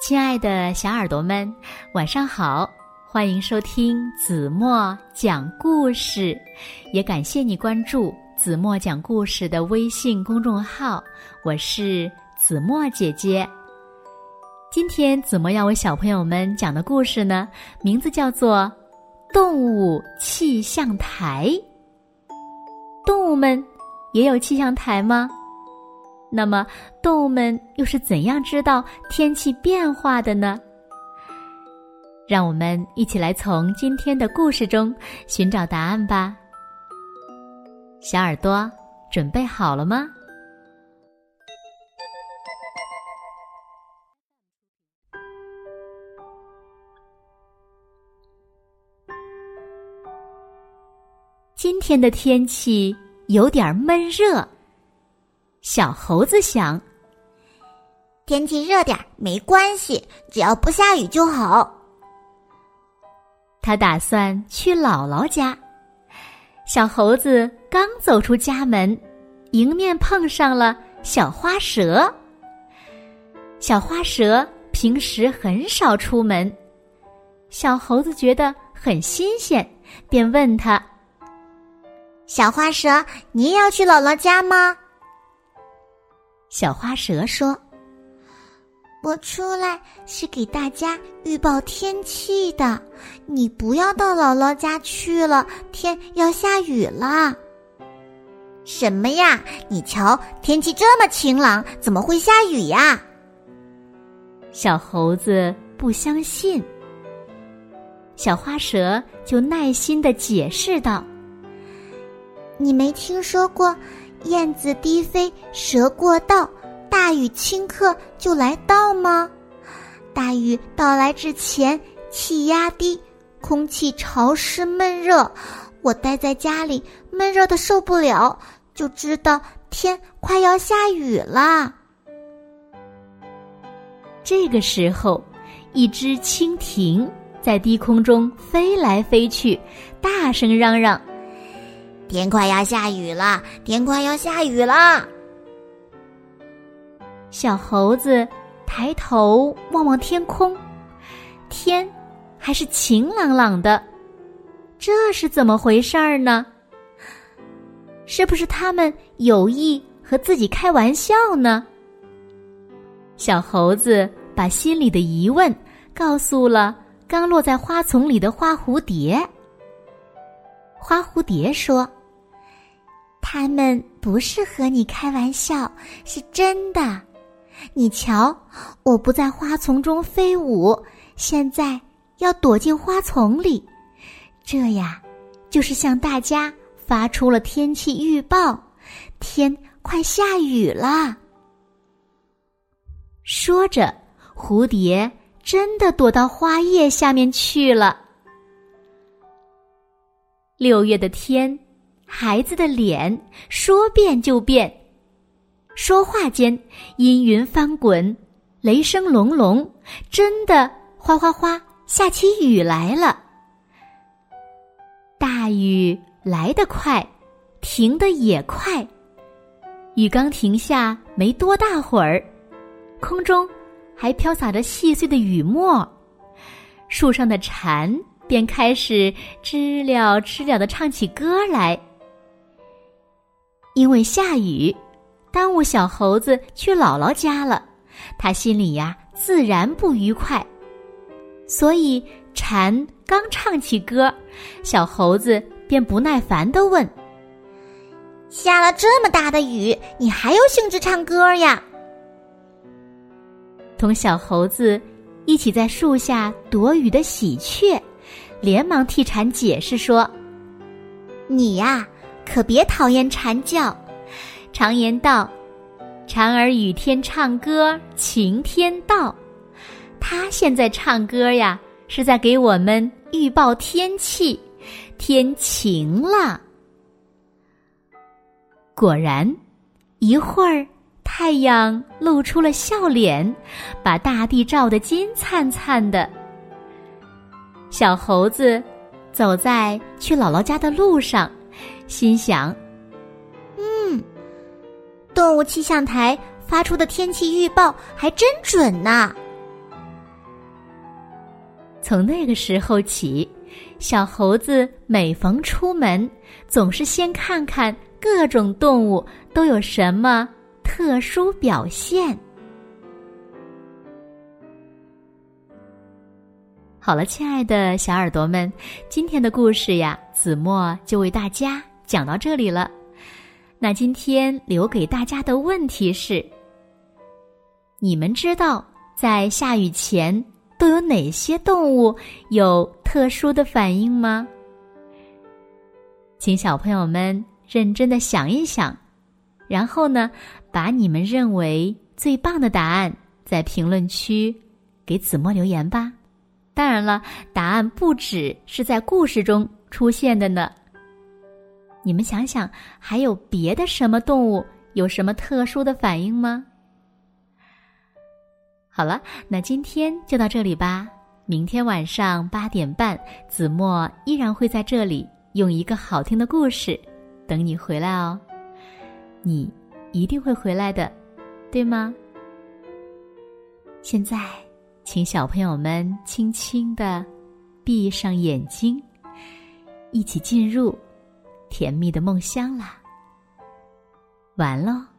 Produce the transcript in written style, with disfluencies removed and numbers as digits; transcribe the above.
亲爱的小耳朵们，晚上好，欢迎收听子墨讲故事，也感谢你关注子墨讲故事的微信公众号，我是子墨姐姐。今天子墨要为小朋友们讲的故事呢，名字叫做动物气象台。动物们也有气象台吗？那么动物们又是怎样知道天气变化的呢？让我们一起来从今天的故事中寻找答案吧。小耳朵准备好了吗？今天的天气有点闷热，小猴子想， 天气热点没关系，只要不下雨就好。 他打算去姥姥家。小猴子刚走出家门，迎面碰上了小花蛇。小花蛇平时很少出门，小猴子觉得很新鲜，便问他： 小花蛇，你也要去姥姥家吗？ 小花蛇说： 我出来是给大家预报天气的，你不要到姥姥家去了，天要下雨了。什么呀？你瞧，天气这么晴朗，怎么会下雨呀？ 小猴子不相信。小花蛇就耐心地解释道： 你没听说过燕子低飞，蛇过道，大雨顷刻就来到吗？大雨到来之前，气压低，空气潮湿闷热，我待在家里闷热的受不了，就知道天快要下雨了。 这个时候，一只蜻蜓在低空中飞来飞去，大声嚷嚷： 天快要下雨了，天快要下雨了。 小猴子抬头望望天空，天还是晴朗朗的，这是怎么回事儿呢？是不是他们有意和自己开玩笑呢？小猴子把心里的疑问告诉了刚落在花丛里的花蝴蝶。花蝴蝶说： 他们不是和你开玩笑，是真的。你瞧，我不在花丛中飞舞，现在要躲进花丛里，这呀，就是向大家发出了天气预报，天快下雨了。 说着，蝴蝶真的躲到花叶下面去了。6月的天，孩子的脸说变就变，说话间阴云翻滚，雷声隆隆，真的哗哗哗下起雨来了。大雨来得快，停得也快，雨刚停下没多大会儿，空中还飘洒着细碎的雨沫，树上的蝉便开始知了知了地唱起歌来。因为下雨耽误小猴子去姥姥家了，他心里呀自然不愉快，所以蝉刚唱起歌，小猴子便不耐烦地问： 下了这么大的雨，你还有兴致唱歌呀？ 同小猴子一起在树下躲雨的喜鹊连忙替蝉解释说： 你呀，可别讨厌蝉叫， 常言道，蝉儿雨天唱歌，晴天到。他现在唱歌呀，是在给我们预报天气，天晴了。果然，一会儿太阳露出了笑脸，把大地照得金灿灿的。小猴子走在去姥姥家的路上，心想： 动物气象台发出的天气预报还真准呢。 从那个时候起，小猴子每逢出门，总是先看看各种动物都有什么特殊表现。好了，亲爱的小耳朵们，今天的故事呀，子墨就为大家讲到这里了。那今天留给大家的问题是：你们知道在下雨前都有哪些动物有特殊的反应吗？请小朋友们认真的想一想，然后呢，把你们认为最棒的答案在评论区给子墨留言吧。当然了，答案不只是在故事中出现的呢。你们想想，还有别的什么动物有什么特殊的反应吗？好了，那今天就到这里吧。明天晚上8点半，子墨依然会在这里用一个好听的故事等你回来哦。你一定会回来的，对吗？现在请小朋友们轻轻地闭上眼睛，一起进入甜蜜的梦乡啦。晚安喽。